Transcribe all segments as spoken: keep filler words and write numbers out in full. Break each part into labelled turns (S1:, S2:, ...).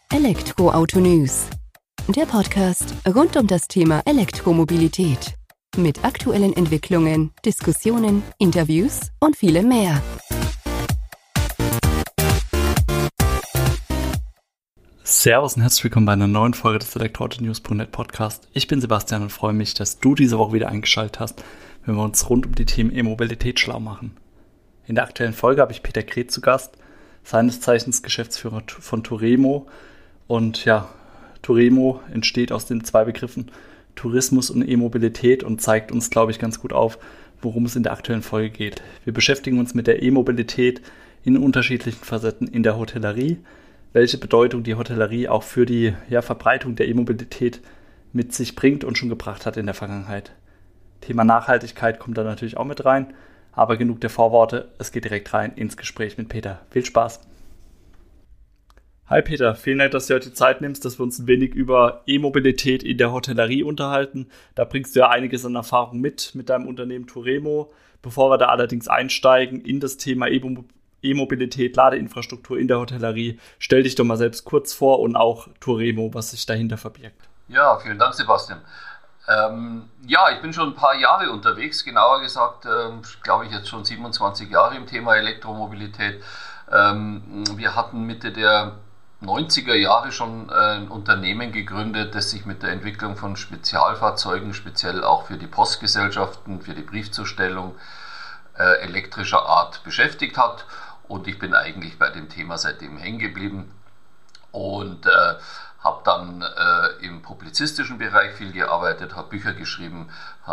S1: Elektroauto News, der Podcast rund um das Thema Elektromobilität. Mit aktuellen Entwicklungen, Diskussionen, Interviews und vielem mehr.
S2: Servus und herzlich willkommen bei einer neuen Folge des Elektroauto News Punkt net Podcast. Ich bin Sebastian und freue mich, dass du diese Woche wieder eingeschaltet hast, wenn wir uns rund um die Themen E-Mobilität schlau machen. In der aktuellen Folge habe ich Peter Kret zu Gast, seines Zeichens Geschäftsführer von Turemo. Und ja, Turemo entsteht aus den zwei Begriffen Tourismus und E-Mobilität und zeigt uns, glaube ich, ganz gut auf, worum es in der aktuellen Folge geht. Wir beschäftigen uns mit der E-Mobilität in unterschiedlichen Facetten in der Hotellerie, welche Bedeutung die Hotellerie auch für die ja, Verbreitung der E-Mobilität mit sich bringt und schon gebracht hat in der Vergangenheit. Thema Nachhaltigkeit kommt da natürlich auch mit rein, aber genug der Vorworte, es geht direkt rein ins Gespräch mit Peter. Viel Spaß! Hi Peter, vielen Dank, dass du heute die Zeit nimmst, dass wir uns ein wenig über E-Mobilität in der Hotellerie unterhalten. Da bringst du ja einiges an Erfahrung mit, mit deinem Unternehmen Turemo. Bevor wir da allerdings einsteigen in das Thema E-Mobilität, Ladeinfrastruktur in der Hotellerie, stell dich doch mal selbst kurz vor und auch Turemo, was sich dahinter verbirgt.
S3: Ja, vielen Dank, Sebastian. Ähm, ja, ich bin schon ein paar Jahre unterwegs, genauer gesagt, ähm, glaube ich jetzt schon siebenundzwanzig Jahre im Thema Elektromobilität. Ähm, wir hatten Mitte der neunziger Jahre schon ein Unternehmen gegründet, das sich mit der Entwicklung von Spezialfahrzeugen, speziell auch für die Postgesellschaften, für die Briefzustellung äh, elektrischer Art beschäftigt hat. Und ich bin eigentlich bei dem Thema seitdem hängen geblieben und äh, habe dann äh, im publizistischen Bereich viel gearbeitet, habe Bücher geschrieben,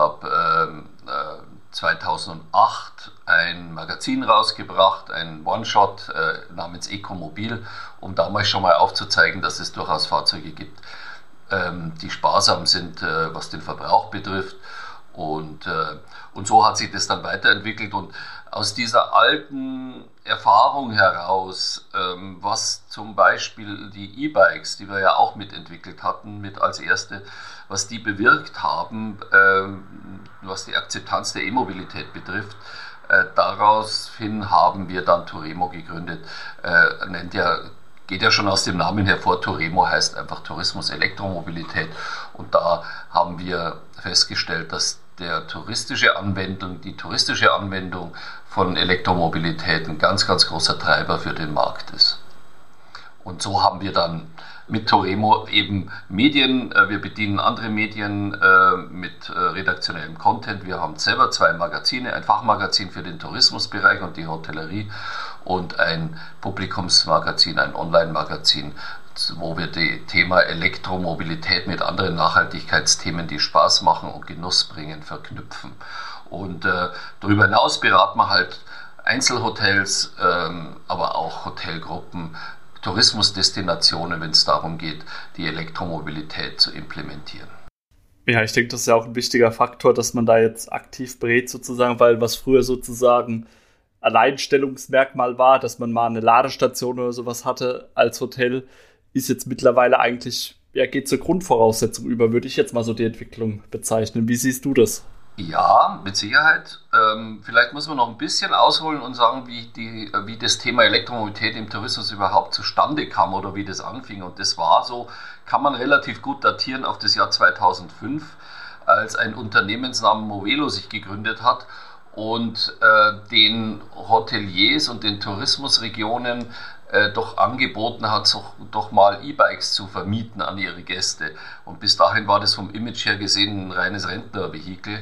S3: habe äh, äh, zweitausendacht ein Magazin rausgebracht, ein One-Shot äh, namens Ecomobil, um damals schon mal aufzuzeigen, dass es durchaus Fahrzeuge gibt, ähm, die sparsam sind, äh, was den Verbrauch betrifft. Und, äh, und so hat sich das dann weiterentwickelt. Und aus dieser alten Erfahrung heraus, ähm, was zum Beispiel die E-Bikes, die wir ja auch mitentwickelt hatten, mit als erste, was die bewirkt haben, ähm, was die Akzeptanz der E-Mobilität betrifft, äh, daraufhin haben wir dann Turemo gegründet. Äh, nennt ja, geht ja schon aus dem Namen hervor, Turemo heißt einfach Tourismus, Elektromobilität. Und da haben wir festgestellt, dass der touristische Anwendung, die touristische Anwendung von Elektromobilität ein ganz, ganz großer Treiber für den Markt ist. Und so haben wir dann mit Turemo eben Medien, wir bedienen andere Medien äh, mit äh, redaktionellem Content. Wir haben selber zwei Magazine, ein Fachmagazin für den Tourismusbereich und die Hotellerie und ein Publikumsmagazin, ein Online-Magazin, wo wir das Thema Elektromobilität mit anderen Nachhaltigkeitsthemen, die Spaß machen und Genuss bringen, verknüpfen. Und äh, darüber hinaus beraten wir halt Einzelhotels, ähm, aber auch Hotelgruppen, Tourismusdestinationen, wenn es darum geht, die Elektromobilität zu implementieren.
S2: Ja, ich denke, das ist ja auch ein wichtiger Faktor, dass man da jetzt aktiv berät sozusagen, weil was früher sozusagen Alleinstellungsmerkmal war, dass man mal eine Ladestation oder sowas hatte als Hotel, ist jetzt mittlerweile eigentlich, ja, geht zur Grundvoraussetzung über, würde ich jetzt mal so die Entwicklung bezeichnen. Wie siehst du das?
S3: Ja, mit Sicherheit. Ähm, vielleicht muss man noch ein bisschen ausholen und sagen, wie, die, wie das Thema Elektromobilität im Tourismus überhaupt zustande kam oder wie das anfing. Und das war so, kann man relativ gut datieren auf das Jahr zweitausendfünf, als ein Unternehmensnamen Movelo sich gegründet hat und äh, den Hoteliers und den Tourismusregionen äh, doch angeboten hat, so, doch mal E-Bikes zu vermieten an ihre Gäste. Und bis dahin war das vom Image her gesehen ein reines Rentnervehikel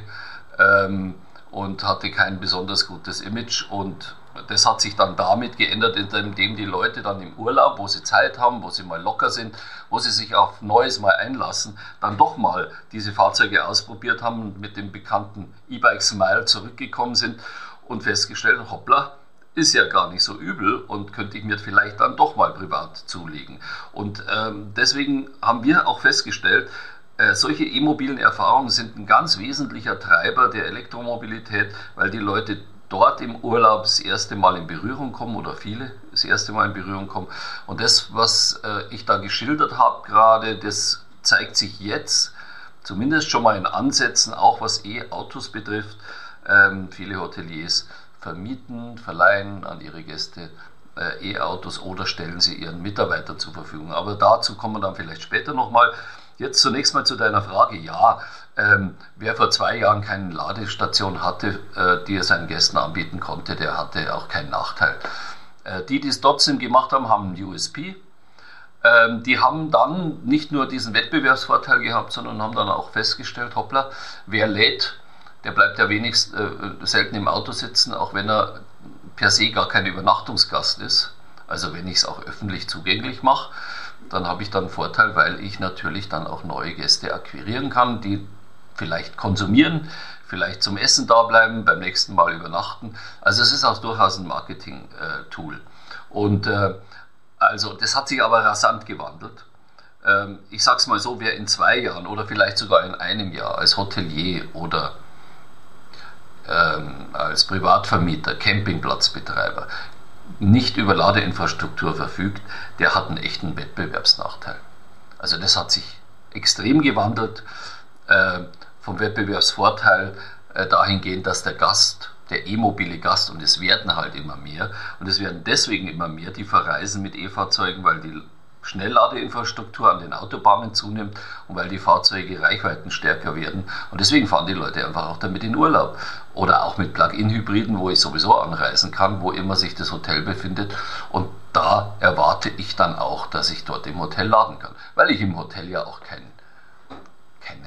S3: ähm, und hatte kein besonders gutes Image. Und das hat sich dann damit geändert, indem die Leute dann im Urlaub, wo sie Zeit haben, wo sie mal locker sind, wo sie sich auf Neues mal einlassen, dann doch mal diese Fahrzeuge ausprobiert haben und mit dem bekannten E-Bike Smile zurückgekommen sind und festgestellt, hoppla, ist ja gar nicht so übel und könnte ich mir vielleicht dann doch mal privat zulegen. Und ähm, deswegen haben wir auch festgestellt, äh, solche e-mobilen Erfahrungen sind ein ganz wesentlicher Treiber der Elektromobilität, weil die Leute dort im Urlaub das erste Mal in Berührung kommen oder viele das erste Mal in Berührung kommen. Und das, was äh, ich da geschildert habe gerade, das zeigt sich jetzt zumindest schon mal in Ansätzen, auch was E-Autos betrifft. Ähm, viele Hoteliers vermieten, verleihen an ihre Gäste äh, E-Autos oder stellen sie ihren Mitarbeitern zur Verfügung. Aber dazu kommen wir dann vielleicht später nochmal. Jetzt zunächst mal zu deiner Frage. Ja, ähm, wer vor zwei Jahren keine Ladestation hatte, äh, die er seinen Gästen anbieten konnte, der hatte auch keinen Nachteil. Äh, die, die es trotzdem gemacht haben, haben einen U S P. Ähm, die haben dann nicht nur diesen Wettbewerbsvorteil gehabt, sondern haben dann auch festgestellt, hoppla, wer lädt, der bleibt ja wenigstens äh, selten im Auto sitzen, auch wenn er per se gar kein Übernachtungsgast ist. Also wenn ich es auch öffentlich zugänglich mache, dann habe ich dann einen Vorteil, weil ich natürlich dann auch neue Gäste akquirieren kann, die vielleicht konsumieren, vielleicht zum Essen da bleiben, beim nächsten Mal übernachten. Also es ist auch durchaus ein Marketing-Tool. Und äh, also das hat sich aber rasant gewandelt. Ähm, ich sage es mal so, wer in zwei Jahren oder vielleicht sogar in einem Jahr als Hotelier oder ähm, als Privatvermieter, Campingplatzbetreiber nicht über Ladeinfrastruktur verfügt, der hat einen echten Wettbewerbsnachteil. Also das hat sich extrem gewandelt, äh, vom Wettbewerbsvorteil äh, dahingehend, dass der Gast, der e-mobile Gast, und es werden halt immer mehr, und es werden deswegen immer mehr, die verreisen mit E-Fahrzeugen, weil die Schnellladeinfrastruktur an den Autobahnen zunimmt und weil die Fahrzeuge reichweitenstärker werden. Und deswegen fahren die Leute einfach auch damit in Urlaub. Oder auch mit Plug-in-Hybriden, wo ich sowieso anreisen kann, wo immer sich das Hotel befindet. Und da erwarte ich dann auch, dass ich dort im Hotel laden kann. Weil ich im Hotel ja auch kein, keine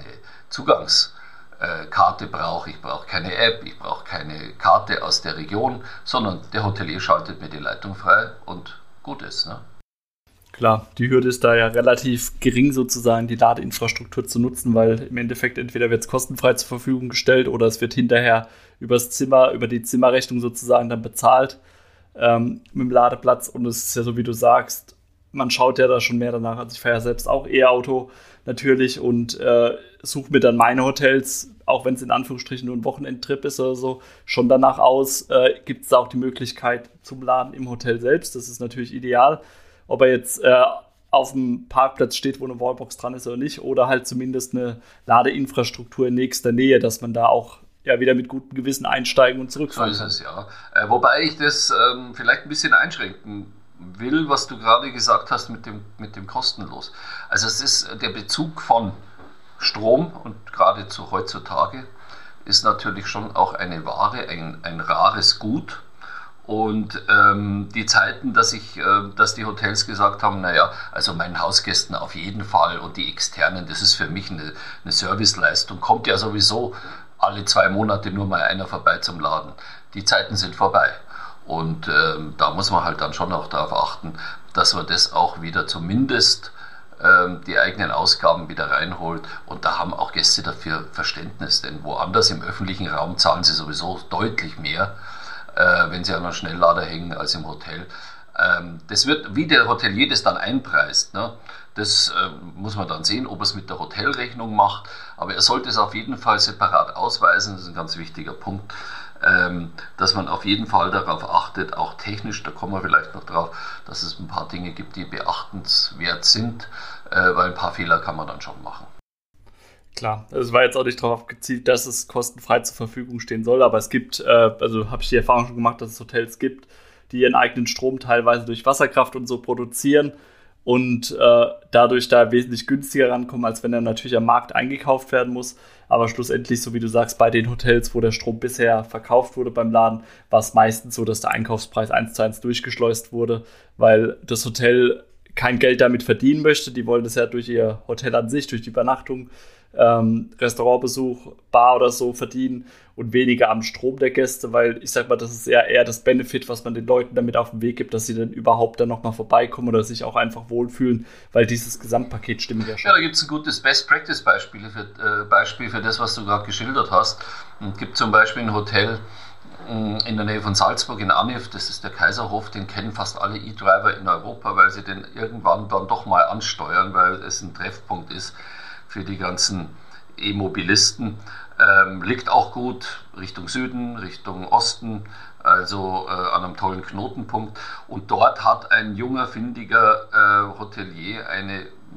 S3: Zugangskarte brauche. Ich brauche keine App, ich brauche keine Karte aus der Region, sondern der Hotelier schaltet mir die Leitung frei und gut ist, ne?
S2: Klar, die Hürde ist da ja relativ gering sozusagen, die Ladeinfrastruktur zu nutzen, weil im Endeffekt entweder wird es kostenfrei zur Verfügung gestellt oder es wird hinterher übers Zimmer, über die Zimmerrechnung sozusagen dann bezahlt ähm, mit dem Ladeplatz. Und es ist ja so, wie du sagst, man schaut ja da schon mehr danach. Also ich fahre ja selbst auch E-Auto natürlich und äh, suche mir dann meine Hotels, auch wenn es in Anführungsstrichen nur ein Wochenendtrip ist oder so, schon danach aus. Äh, gibt es da auch die Möglichkeit zum Laden im Hotel selbst. Das ist natürlich ideal. Ob er jetzt äh, auf dem Parkplatz steht, wo eine Wallbox dran ist oder nicht, oder halt zumindest eine Ladeinfrastruktur in nächster Nähe, dass man da auch ja wieder mit gutem Gewissen einsteigen und zurückfahren kann.
S3: So ist es, ja. Äh, wobei ich das ähm, vielleicht ein bisschen einschränken will, was du gerade gesagt hast mit dem, mit dem kostenlos. Also es ist der Bezug von Strom und geradezu heutzutage ist natürlich schon auch eine Ware, ein, ein rares Gut. Und ähm, die Zeiten, dass ich, äh, dass die Hotels gesagt haben, naja, also meinen Hausgästen auf jeden Fall und die Externen, das ist für mich eine, eine Serviceleistung, kommt ja sowieso alle zwei Monate nur mal einer vorbei zum Laden. Die Zeiten sind vorbei. Und ähm, da muss man halt dann schon auch darauf achten, dass man das auch wieder zumindest ähm, die eigenen Ausgaben wieder reinholt. Und da haben auch Gäste dafür Verständnis, denn woanders im öffentlichen Raum zahlen sie sowieso deutlich mehr, wenn sie an einem Schnelllader hängen, als im Hotel. Das wird, wie der Hotelier das dann einpreist, ne? Das muss man dann sehen, ob er es mit der Hotelrechnung macht, aber er sollte es auf jeden Fall separat ausweisen, das ist ein ganz wichtiger Punkt, dass man auf jeden Fall darauf achtet, auch technisch, da kommen wir vielleicht noch drauf, dass es ein paar Dinge gibt, die beachtenswert sind, weil ein paar Fehler kann man dann schon machen.
S2: Klar, es war jetzt auch nicht darauf gezielt, dass es kostenfrei zur Verfügung stehen soll, aber es gibt, äh, also habe ich die Erfahrung schon gemacht, dass es Hotels gibt, die ihren eigenen Strom teilweise durch Wasserkraft und so produzieren und äh, dadurch da wesentlich günstiger rankommen, als wenn er natürlich am Markt eingekauft werden muss. Aber schlussendlich, so wie du sagst, bei den Hotels, wo der Strom bisher verkauft wurde beim Laden, war es meistens so, dass der Einkaufspreis eins zu eins durchgeschleust wurde, weil das Hotel kein Geld damit verdienen möchte. Die wollen das ja durch ihr Hotel an sich, durch die Übernachtung, Ähm, Restaurantbesuch, Bar oder so verdienen und weniger am Strom der Gäste, weil ich sag mal, das ist eher, eher das Benefit, was man den Leuten damit auf den Weg gibt, dass sie dann überhaupt dann nochmal vorbeikommen oder sich auch einfach wohlfühlen, weil dieses Gesamtpaket stimmt ja schon.
S3: Ja, da gibt es ein gutes Best-Practice-Beispiel für, äh, Beispiel für das, was du gerade geschildert hast. Es gibt zum Beispiel ein Hotel in der Nähe von Salzburg in Anif, das ist der Kaiserhof, den kennen fast alle E-Driver in Europa, weil sie den irgendwann dann doch mal ansteuern, weil es ein Treffpunkt ist für die ganzen E-Mobilisten. Ähm, liegt auch gut Richtung Süden, Richtung Osten, also äh, an einem tollen Knotenpunkt. Und dort hat ein junger, findiger äh, Hotelier eine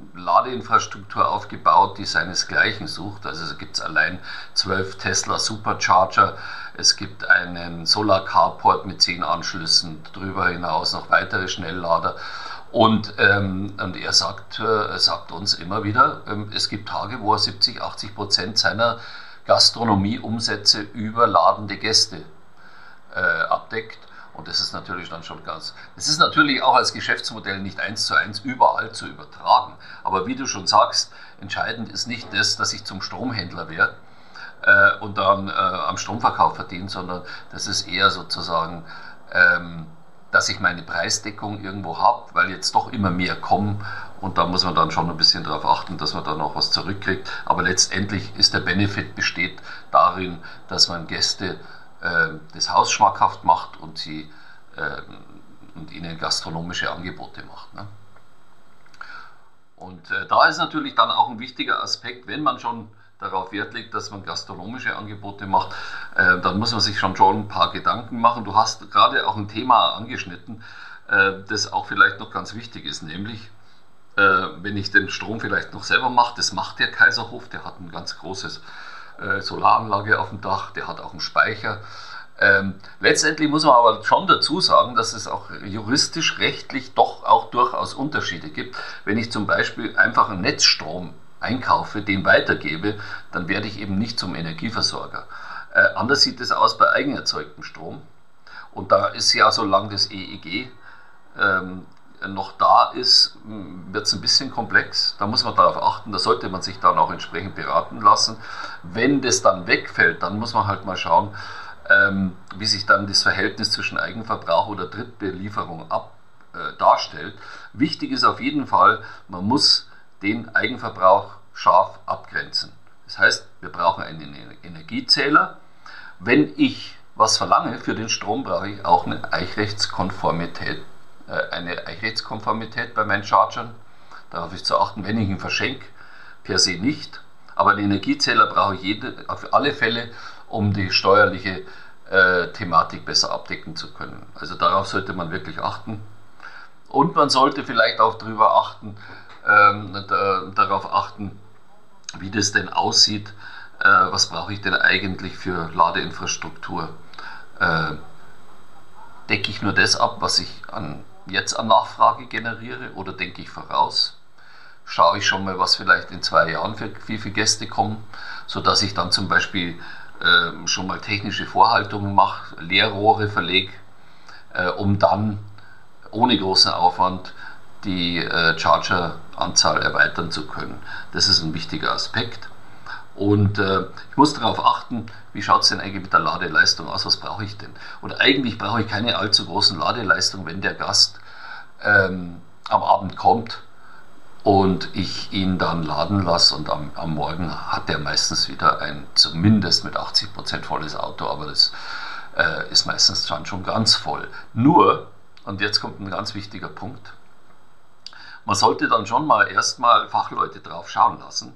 S3: Ladeinfrastruktur aufgebaut, die seinesgleichen sucht. Also es gibt allein zwölf Tesla Supercharger, es gibt einen Solar Carport mit zehn Anschlüssen, darüber hinaus noch weitere Schnelllader. Und, ähm, und er sagt, äh, sagt uns immer wieder, ähm, es gibt Tage, wo er siebzig, achtzig Prozent seiner Gastronomieumsätze über ladende Gäste äh, abdeckt. Und das ist natürlich dann schon ganz, das ist natürlich auch als Geschäftsmodell nicht eins zu eins überall zu übertragen. Aber wie du schon sagst, entscheidend ist nicht das, dass ich zum Stromhändler werde äh, und dann äh, am Stromverkauf verdiene, sondern das ist eher sozusagen, ähm, dass ich meine Preisdeckung irgendwo habe, weil jetzt doch immer mehr kommen und da muss man dann schon ein bisschen darauf achten, dass man dann auch was zurückkriegt. Aber letztendlich ist der Benefit besteht darin, dass man Gäste äh, das Haus schmackhaft macht und, sie, äh, und ihnen gastronomische Angebote macht. Ne? Und äh, da ist natürlich dann auch ein wichtiger Aspekt, wenn man schon darauf Wert legt, dass man gastronomische Angebote macht, äh, dann muss man sich schon schon ein paar Gedanken machen. Du hast gerade auch ein Thema angeschnitten, äh, das auch vielleicht noch ganz wichtig ist, nämlich äh, wenn ich den Strom vielleicht noch selber mache, das macht der Kaiserhof, der hat ein ganz großes äh, Solaranlage auf dem Dach, der hat auch einen Speicher. Ähm, letztendlich muss man aber schon dazu sagen, dass es auch juristisch, rechtlich doch auch durchaus Unterschiede gibt. Wenn ich zum Beispiel einfach einen Netzstrom einkaufe, den weitergebe, dann werde ich eben nicht zum Energieversorger. Äh, anders sieht es aus bei eigenerzeugtem Strom. Und da ist ja, solange das E E G ähm, noch da ist, wird es ein bisschen komplex. Da muss man darauf achten, da sollte man sich dann auch entsprechend beraten lassen. Wenn das dann wegfällt, dann muss man halt mal schauen, ähm, wie sich dann das Verhältnis zwischen Eigenverbrauch oder Drittbelieferung ab, äh, darstellt. Wichtig ist auf jeden Fall, man muss den Eigenverbrauch scharf abgrenzen. Das heißt, wir brauchen einen Energiezähler. Wenn ich was verlange für den Strom, brauche ich auch eine Eichrechtskonformität, äh, eine Eichrechtskonformität bei meinen Chargern. Darauf ist zu achten, wenn ich ihn verschenke, per se nicht. Aber einen Energiezähler brauche ich jede, auf alle Fälle, um die steuerliche äh, Thematik besser abdecken zu können. Also darauf sollte man wirklich achten. Und man sollte vielleicht auch darüber achten, Ähm, da, darauf achten, wie das denn aussieht, äh, was brauche ich denn eigentlich für Ladeinfrastruktur. Äh, decke ich nur das ab, was ich an, jetzt an Nachfrage generiere, oder denke ich voraus? Schaue ich schon mal, was vielleicht in zwei Jahren für wie viele Gäste kommen, sodass ich dann zum Beispiel äh, schon mal technische Vorhaltungen mache, Leerrohre verlege, äh, um dann ohne großen Aufwand die äh, Charger-Anzahl erweitern zu können. Das ist ein wichtiger Aspekt. Und äh, ich muss darauf achten, wie schaut es denn eigentlich mit der Ladeleistung aus, was brauche ich denn? Und eigentlich brauche ich keine allzu großen Ladeleistung, wenn der Gast ähm, am Abend kommt und ich ihn dann laden lasse und am, am Morgen hat er meistens wieder ein zumindest mit achtzig Prozent volles Auto, aber das äh, ist meistens dann schon ganz voll. Nur, und jetzt kommt ein ganz wichtiger Punkt, man sollte dann schon mal erstmal Fachleute drauf schauen lassen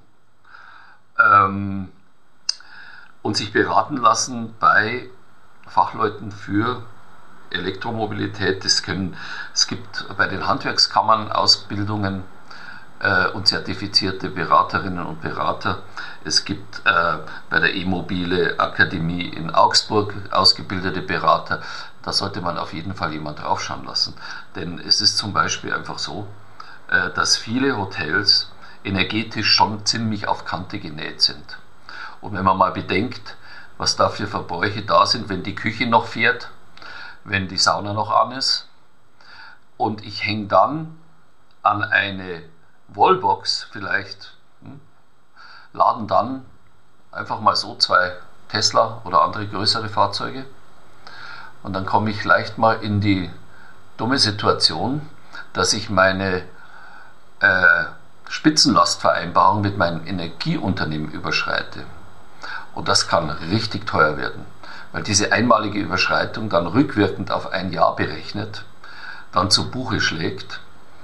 S3: ähm, und sich beraten lassen bei Fachleuten für Elektromobilität. Das können, es gibt bei den Handwerkskammern Ausbildungen äh, und zertifizierte Beraterinnen und Berater. Es gibt äh, bei der E-Mobile Akademie in Augsburg ausgebildete Berater. Da sollte man auf jeden Fall jemand draufschauen lassen. Denn es ist zum Beispiel einfach so, dass viele Hotels energetisch schon ziemlich auf Kante genäht sind. Und wenn man mal bedenkt, was da für Verbräuche da sind, wenn die Küche noch fährt, wenn die Sauna noch an ist und ich hänge dann an eine Wallbox, vielleicht hm, laden dann einfach mal so zwei Tesla oder andere größere Fahrzeuge und dann komme ich leicht mal in die dumme Situation, dass ich meine Äh, Spitzenlastvereinbarung mit meinem Energieunternehmen überschreite. Und das kann richtig teuer werden, weil diese einmalige Überschreitung dann rückwirkend auf ein Jahr berechnet, dann zu Buche schlägt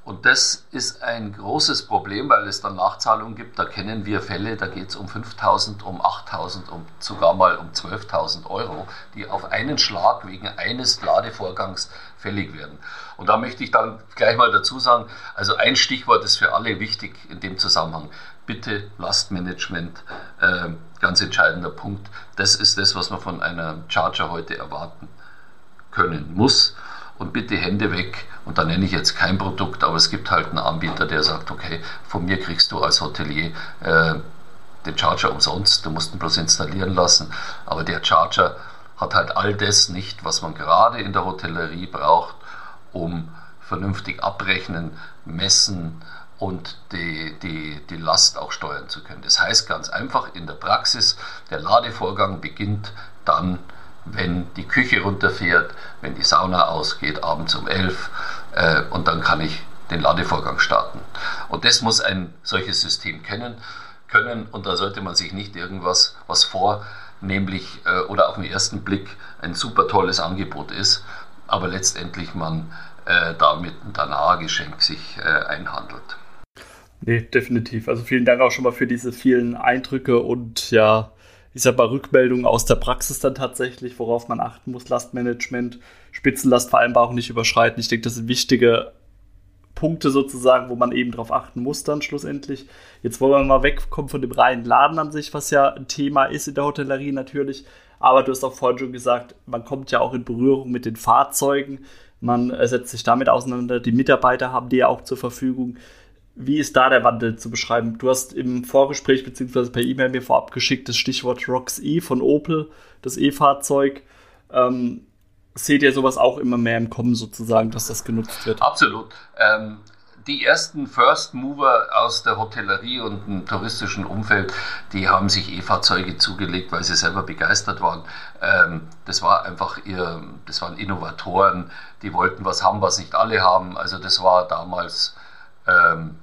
S3: Und das ist ein großes Problem, weil es dann Nachzahlungen gibt. Da kennen wir Fälle, da geht es um fünftausend, um achttausend, um sogar mal um zwölftausend Euro, die auf einen Schlag wegen eines Ladevorgangs fällig werden. Und da möchte ich dann gleich mal dazu sagen, also ein Stichwort ist für alle wichtig in dem Zusammenhang. Bitte Lastmanagement, äh, ganz entscheidender Punkt. Das ist das, was man von einem Charger heute erwarten können muss. Und bitte Hände weg, und da nenne ich jetzt kein Produkt, aber es gibt halt einen Anbieter, der sagt, okay, von mir kriegst du als Hotelier äh, den Charger umsonst, du musst ihn bloß installieren lassen, aber der Charger hat halt all das nicht, was man gerade in der Hotellerie braucht, um vernünftig abrechnen, messen und die, die, die Last auch steuern zu können. Das heißt ganz einfach in der Praxis, der Ladevorgang beginnt dann, wenn die Küche runterfährt, wenn die Sauna ausgeht, abends um elf, äh, und dann kann ich den Ladevorgang starten. Und das muss ein solches System kennen, können, und da sollte man sich nicht irgendwas, was vornehmlich äh, oder auf den ersten Blick ein super tolles Angebot ist, aber letztendlich man äh, damit ein Danach-Geschenk sich äh, einhandelt.
S2: Nee, definitiv. Also vielen Dank auch schon mal für diese vielen Eindrücke und ja, ich sag mal, Rückmeldungen aus der Praxis dann tatsächlich, worauf man achten muss, Lastmanagement, Spitzenlastvereinbarung nicht überschreiten. Ich denke, das sind wichtige Punkte sozusagen, wo man eben drauf achten muss dann schlussendlich. Jetzt wollen wir mal wegkommen von dem reinen Laden an sich, was ja ein Thema ist in der Hotellerie natürlich. Aber du hast auch vorhin schon gesagt, man kommt ja auch in Berührung mit den Fahrzeugen. Man setzt sich damit auseinander. Die Mitarbeiter haben die ja auch zur Verfügung. Wie ist da der Wandel zu beschreiben? Du hast im Vorgespräch bzw. per E-Mail mir vorab geschickt das Stichwort ROXy von Opel, das E-Fahrzeug. Ähm, seht ihr sowas auch immer mehr im Kommen sozusagen, dass das genutzt wird?
S3: Absolut. Ähm, die ersten First Mover aus der Hotellerie und dem touristischen Umfeld, die haben sich E-Fahrzeuge zugelegt, weil sie selber begeistert waren. Ähm, das war einfach ihr, das waren Innovatoren, die wollten was haben, was nicht alle haben. Also das war damals ähm,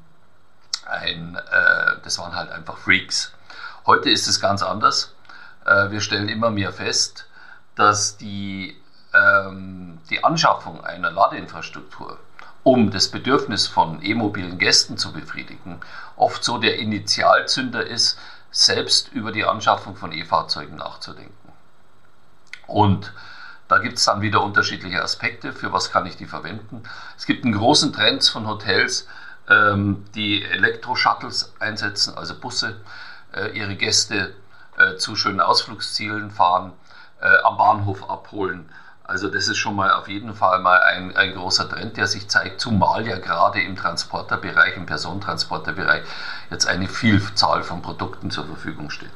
S3: Ein, äh, das waren halt einfach Freaks. Heute ist es ganz anders. Äh, wir stellen immer mehr fest, dass die, ähm, die Anschaffung einer Ladeinfrastruktur, um das Bedürfnis von e-mobilen Gästen zu befriedigen, oft so der Initialzünder ist, selbst über die Anschaffung von E-Fahrzeugen nachzudenken. Und da gibt es dann wieder unterschiedliche Aspekte, für was kann ich die verwenden. Es gibt einen großen Trend von Hotels, die Elektro-Shuttles einsetzen, also Busse, äh, ihre Gäste äh, zu schönen Ausflugszielen fahren, äh, am Bahnhof abholen. Also das ist schon mal auf jeden Fall mal ein, ein großer Trend, der sich zeigt, zumal ja gerade im Transporterbereich, im Personentransporterbereich jetzt eine Vielzahl von Produkten zur Verfügung steht.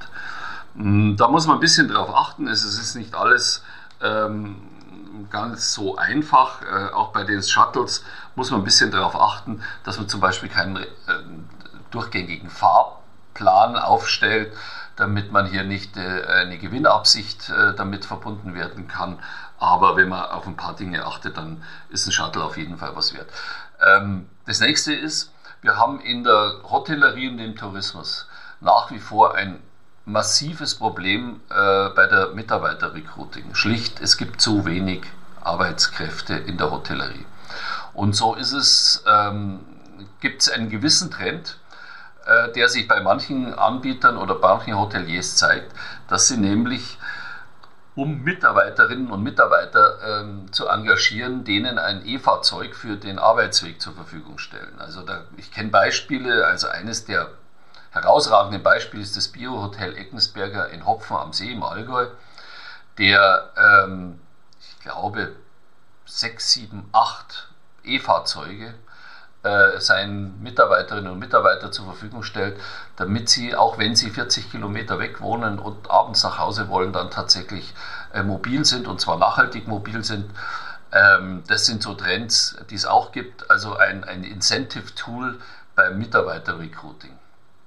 S3: Da muss man ein bisschen drauf achten, es ist nicht alles ähm, ganz so einfach, äh, auch bei den Shuttles muss man ein bisschen darauf achten, dass man zum Beispiel keinen äh, durchgängigen Fahrplan aufstellt, damit man hier nicht äh, eine Gewinnabsicht äh, damit verbunden werden kann. Aber wenn man auf ein paar Dinge achtet, dann ist ein Shuttle auf jeden Fall was wert. Ähm, das nächste ist, wir haben in der Hotellerie und im Tourismus nach wie vor ein massives Problem äh, bei der Mitarbeiterrecruiting. Schlicht, es gibt zu wenig Arbeitskräfte in der Hotellerie. Und so ist es, ähm, gibt es einen gewissen Trend, äh, der sich bei manchen Anbietern oder bei manchen Hoteliers zeigt, dass sie nämlich, um Mitarbeiterinnen und Mitarbeiter ähm, zu engagieren, denen ein E-Fahrzeug für den Arbeitsweg zur Verfügung stellen. Also da, ich kenne Beispiele, also eines der herausragenden Beispiele ist das Bio-Hotel Eckensberger in Hopfen am See im Allgäu, der, ähm, ich glaube, sechs, sieben, acht E-Fahrzeuge äh, seinen Mitarbeiterinnen und Mitarbeitern zur Verfügung stellt, damit sie, auch wenn sie vierzig Kilometer weg wohnen und abends nach Hause wollen, dann tatsächlich äh, mobil sind, und zwar nachhaltig mobil sind. Ähm, das sind so Trends, die es auch gibt, also ein, ein Incentive-Tool beim Mitarbeiter-Recruiting.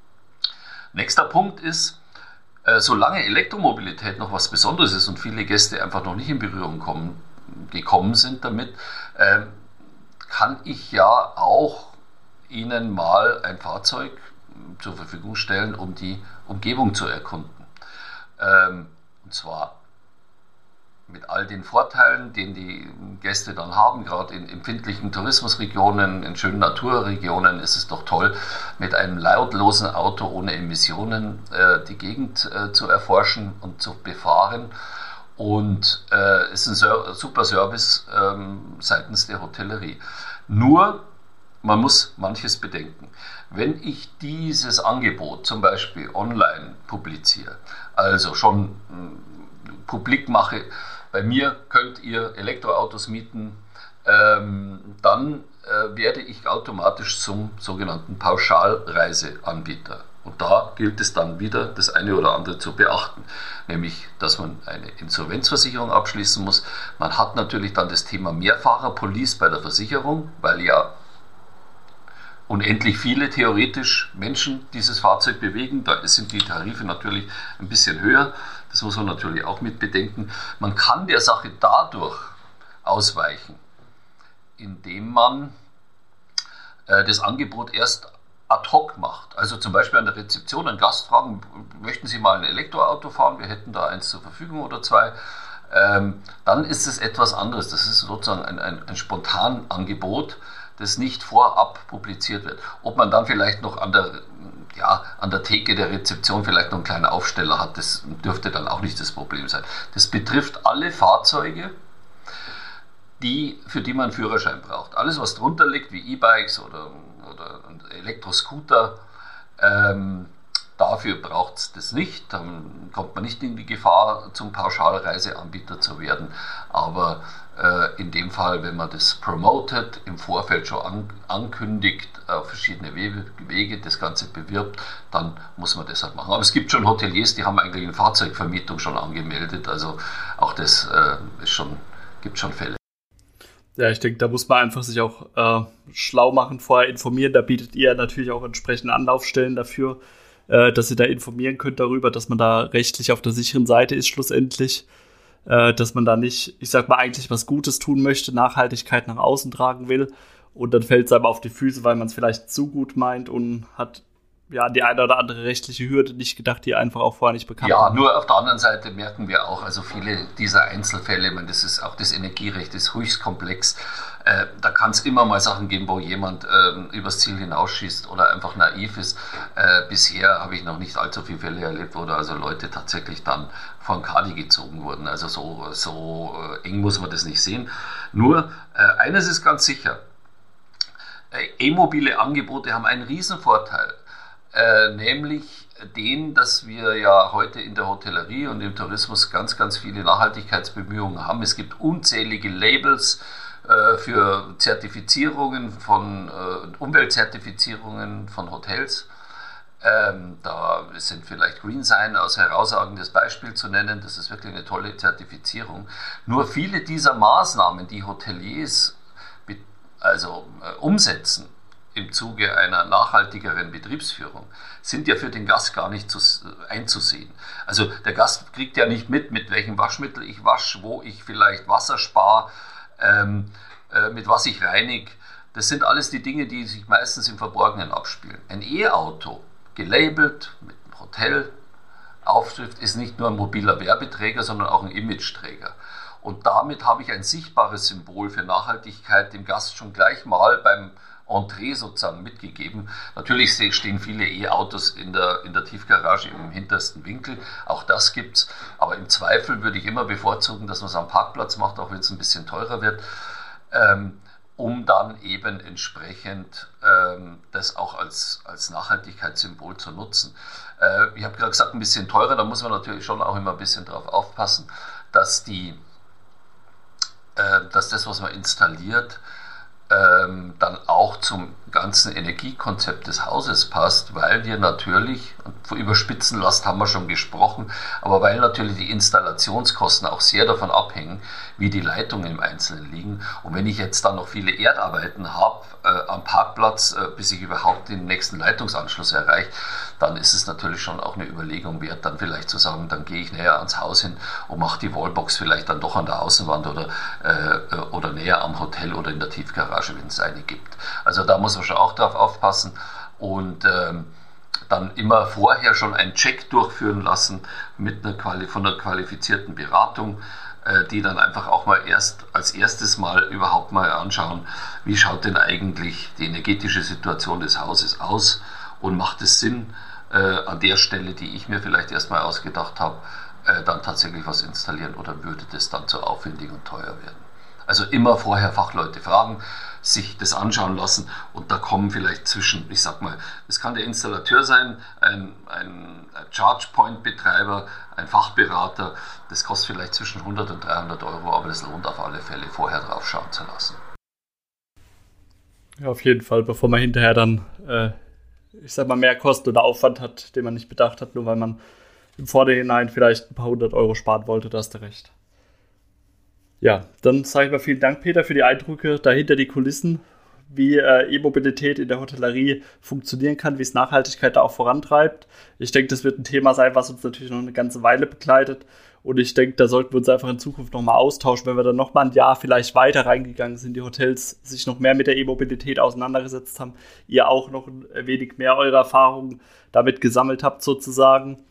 S3: Nächster Punkt ist, äh, solange Elektromobilität noch was Besonderes ist und viele Gäste einfach noch nicht in Berührung kommen, gekommen sind damit, äh, kann ich ja auch Ihnen mal ein Fahrzeug zur Verfügung stellen, um die Umgebung zu erkunden. Ähm, und zwar mit all den Vorteilen, den die Gäste dann haben, gerade in empfindlichen Tourismusregionen, in schönen Naturregionen ist es doch toll, mit einem lautlosen Auto ohne Emissionen äh, die Gegend äh, zu erforschen und zu befahren. Und äh, ist ein Ser- super Service ähm, seitens der Hotellerie. Nur, man muss manches bedenken. Wenn ich dieses Angebot zum Beispiel online publiziere, also schon äh, publik mache, bei mir könnt ihr Elektroautos mieten, ähm, dann äh, werde ich automatisch zum sogenannten Pauschalreiseanbieter. Und da gilt es dann wieder, das eine oder andere zu beachten, nämlich, dass man eine Insolvenzversicherung abschließen muss. Man hat natürlich dann das Thema Mehrfahrerpolice bei der Versicherung, weil ja unendlich viele theoretisch Menschen dieses Fahrzeug bewegen. Da sind die Tarife natürlich ein bisschen höher. Das muss man natürlich auch mit bedenken. Man kann der Sache dadurch ausweichen, indem man äh, das Angebot erst ad hoc macht. Also zum Beispiel an der Rezeption einen Gast fragen, möchten Sie mal ein Elektroauto fahren? Wir hätten da eins zur Verfügung oder zwei. Ähm, dann ist es etwas anderes. Das ist sozusagen ein, ein, ein Spontanangebot, das nicht vorab publiziert wird. Ob man dann vielleicht noch an der, ja, an der Theke der Rezeption vielleicht noch einen kleinen Aufsteller hat, das dürfte dann auch nicht das Problem sein. Das betrifft alle Fahrzeuge, die, für die man einen Führerschein braucht. Alles, was drunter liegt, wie E-Bikes oder, oder Elektroscooter, ähm, dafür braucht es das nicht. Dann kommt man nicht in die Gefahr, zum Pauschalreiseanbieter zu werden. Aber äh, in dem Fall, wenn man das promotet, im Vorfeld schon an, ankündigt, auf verschiedene Wege, Wege das Ganze bewirbt, dann muss man das halt machen. Aber es gibt schon Hoteliers, die haben eigentlich eine Fahrzeugvermietung schon angemeldet. Also auch das äh, ist schon, gibt schon Fälle.
S2: Ja, ich denke, da muss man einfach sich auch äh, schlau machen, vorher informieren. Da bietet ihr natürlich auch entsprechende Anlaufstellen dafür, äh, dass ihr da informieren könnt darüber, dass man da rechtlich auf der sicheren Seite ist schlussendlich. Äh, dass man da nicht, ich sag mal, eigentlich was Gutes tun möchte, Nachhaltigkeit nach außen tragen will und dann fällt es einem auf die Füße, weil man es vielleicht zu gut meint und hat ja die eine oder andere rechtliche Hürde nicht gedacht, die einfach auch vorher nicht bekannt
S3: Ja,
S2: waren.
S3: nur auf der anderen Seite merken wir auch, also viele dieser Einzelfälle, ich meine, das ist auch das Energierecht, ist höchst komplex. Äh, da kann es immer mal Sachen geben, wo jemand äh, übers Ziel hinausschießt oder einfach naiv ist. Äh, bisher habe ich noch nicht allzu viele Fälle erlebt, wo da also Leute tatsächlich dann vor den Kadi gezogen wurden. Also so, so äh, eng muss man das nicht sehen. Nur, äh, eines ist ganz sicher, äh, E-mobile Angebote haben einen riesen Vorteil. Äh, nämlich den, dass wir ja heute in der Hotellerie und im Tourismus ganz, ganz viele Nachhaltigkeitsbemühungen haben. Es gibt unzählige Labels äh, für Zertifizierungen von äh, Umweltzertifizierungen von Hotels. Ähm, da sind vielleicht GreenSign als herausragendes Beispiel zu nennen. Das ist wirklich eine tolle Zertifizierung. Nur viele dieser Maßnahmen, die Hoteliers also äh, umsetzen, im Zuge einer nachhaltigeren Betriebsführung, sind ja für den Gast gar nicht zu, einzusehen. Also der Gast kriegt ja nicht mit, mit welchem Waschmittel ich wasche, wo ich vielleicht Wasser spare, ähm, äh, mit was ich reinige. Das sind alles die Dinge, die sich meistens im Verborgenen abspielen. Ein E-Auto, gelabelt mit einem Hotelaufschrift, ist nicht nur ein mobiler Werbeträger, sondern auch ein Imageträger. Und damit habe ich ein sichtbares Symbol für Nachhaltigkeit dem Gast schon gleich mal beim Entree sozusagen mitgegeben. Natürlich stehen viele E-Autos in der, in der Tiefgarage im hintersten Winkel, auch das gibt's, aber im Zweifel würde ich immer bevorzugen, dass man es am Parkplatz macht, auch wenn es ein bisschen teurer wird, ähm, um dann eben entsprechend ähm, das auch als, als Nachhaltigkeitssymbol zu nutzen. Äh, ich habe gerade gesagt, ein bisschen teurer, da muss man natürlich schon auch immer ein bisschen drauf aufpassen, dass, die, äh, dass das, was man installiert, Ähm, dann auch zum ganzen Energiekonzept des Hauses passt, weil wir natürlich, und über Spitzenlast haben wir schon gesprochen, aber weil natürlich die Installationskosten auch sehr davon abhängen, wie die Leitungen im Einzelnen liegen. Und wenn ich jetzt dann noch viele Erdarbeiten habe äh, am Parkplatz, äh, bis ich überhaupt den nächsten Leitungsanschluss erreiche, dann ist es natürlich schon auch eine Überlegung wert, dann vielleicht zu sagen, dann gehe ich näher ans Haus hin und mache die Wallbox vielleicht dann doch an der Außenwand oder, äh, oder näher am Hotel oder in der Tiefgarage, wenn es eine gibt. Also da muss man schon auch drauf aufpassen und ähm, dann immer vorher schon einen Check durchführen lassen mit einer Quali- von einer qualifizierten Beratung, die dann einfach auch mal erst als erstes Mal überhaupt mal anschauen, wie schaut denn eigentlich die energetische Situation des Hauses aus und macht es Sinn, äh, an der Stelle, die ich mir vielleicht erstmal ausgedacht habe, äh, dann tatsächlich was installieren oder würde das dann zu aufwendig und teuer werden. Also immer vorher Fachleute fragen, sich das anschauen lassen und da kommen vielleicht zwischen, ich sag mal, das kann der Installateur sein, ein, ein, ein Charge-Point-Betreiber, ein Fachberater, das kostet vielleicht zwischen hundert und dreihundert Euro, aber das lohnt auf alle Fälle, vorher drauf schauen zu lassen.
S2: Ja, auf jeden Fall, bevor man hinterher dann, äh, ich sag mal, mehr Kosten oder Aufwand hat, den man nicht bedacht hat, nur weil man im Vorhinein vielleicht ein paar hundert Euro sparen wollte, da hast du recht. Ja, dann sage ich mal vielen Dank, Peter, für die Eindrücke dahinter die Kulissen, wie äh, E-Mobilität in der Hotellerie funktionieren kann, wie es Nachhaltigkeit da auch vorantreibt. Ich denke, das wird ein Thema sein, was uns natürlich noch eine ganze Weile begleitet. Und ich denke, da sollten wir uns einfach in Zukunft nochmal austauschen, wenn wir dann nochmal ein Jahr vielleicht weiter reingegangen sind, die Hotels sich noch mehr mit der E-Mobilität auseinandergesetzt haben, ihr auch noch ein wenig mehr eure Erfahrungen damit gesammelt habt sozusagen.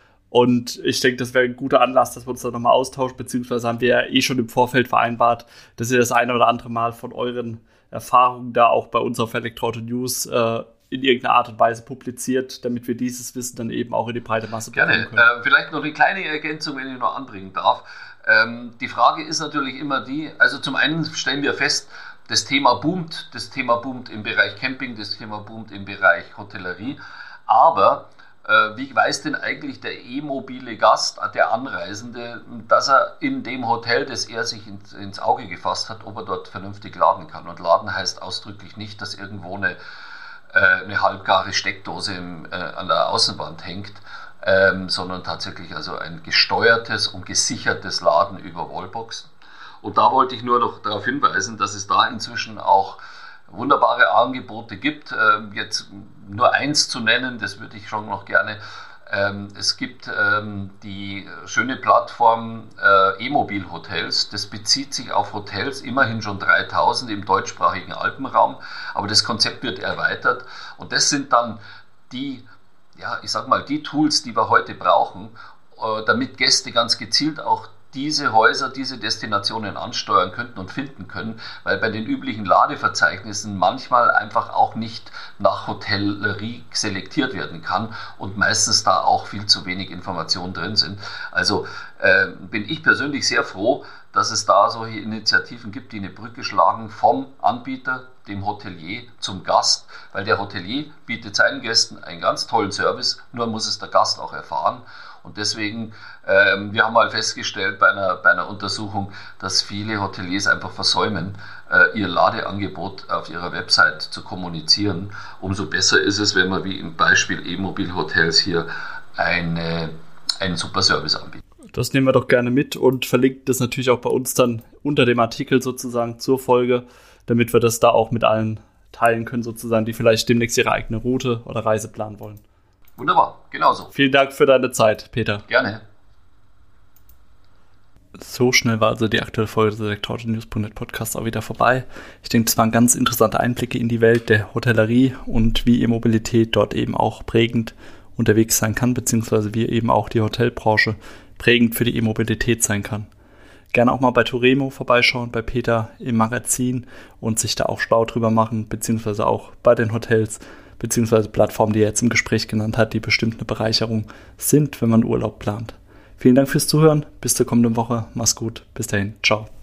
S2: Und ich denke, das wäre ein guter Anlass, dass wir uns da nochmal austauschen, beziehungsweise haben wir ja eh schon im Vorfeld vereinbart, dass ihr das eine oder andere Mal von euren Erfahrungen da auch bei uns auf Elektroauto News äh, in irgendeiner Art und Weise publiziert, damit wir dieses Wissen dann eben auch in die breite Masse
S3: bekommen können. Gerne. Äh, vielleicht noch eine kleine Ergänzung, wenn ich noch anbringen darf. Ähm, die Frage ist natürlich immer die, also zum einen stellen wir fest, das Thema boomt, das Thema boomt im Bereich Camping, das Thema boomt im Bereich Hotellerie, aber wie weiß denn eigentlich der e-mobile Gast, der Anreisende, dass er in dem Hotel, das er sich ins, ins Auge gefasst hat, ob er dort vernünftig laden kann? Und laden heißt ausdrücklich nicht, dass irgendwo eine, äh, eine halbgare Steckdose im, äh, an der Außenwand hängt, ähm, sondern tatsächlich also ein gesteuertes und gesichertes Laden über Wallboxen. Und da wollte ich nur noch darauf hinweisen, dass es da inzwischen auch wunderbare Angebote gibt. Ähm, jetzt nur eins zu nennen, das würde ich schon noch gerne. Ähm, es gibt ähm, die schöne Plattform äh, E-Mobil-Hotels. Das bezieht sich auf Hotels, immerhin schon dreitausend im deutschsprachigen Alpenraum. Aber das Konzept wird erweitert. Und das sind dann die, ja, ich sag mal, die Tools, die wir heute brauchen, äh, damit Gäste ganz gezielt auch diese Häuser, diese Destinationen ansteuern könnten und finden können, weil bei den üblichen Ladeverzeichnissen manchmal einfach auch nicht nach Hotellerie selektiert werden kann und meistens da auch viel zu wenig Informationen drin sind. Also äh, bin ich persönlich sehr froh, dass es da solche Initiativen gibt, die eine Brücke schlagen vom Anbieter, dem Hotelier, zum Gast, weil der Hotelier bietet seinen Gästen einen ganz tollen Service, nur muss es der Gast auch erfahren. Und deswegen, ähm, wir haben mal festgestellt bei einer, bei einer Untersuchung, dass viele Hoteliers einfach versäumen, äh, ihr Ladeangebot auf ihrer Website zu kommunizieren. Umso besser ist es, wenn man wie im Beispiel E-Mobil-Hotels hier eine, einen super Service anbietet.
S2: Das nehmen wir doch gerne mit und verlinken das natürlich auch bei uns dann unter dem Artikel sozusagen zur Folge, damit wir das da auch mit allen teilen können sozusagen, die vielleicht demnächst ihre eigene Route oder Reise planen wollen.
S3: Wunderbar, genauso.
S2: Vielen Dank für deine Zeit, Peter.
S3: Gerne.
S2: So schnell war also die aktuelle Folge des Elektroauto-News Punkt net Podcasts auch wieder vorbei. Ich denke, es waren ganz interessante Einblicke in die Welt der Hotellerie und wie E-Mobilität dort eben auch prägend unterwegs sein kann, beziehungsweise wie eben auch die Hotelbranche prägend für die E-Mobilität sein kann. Gerne auch mal bei Toremo vorbeischauen, bei Peter im Magazin und sich da auch schlau drüber machen, beziehungsweise auch bei den Hotels, beziehungsweise Plattformen, die er jetzt im Gespräch genannt hat, die bestimmt eine Bereicherung sind, wenn man Urlaub plant. Vielen Dank fürs Zuhören, bis zur kommenden Woche, mach's gut, bis dahin, ciao.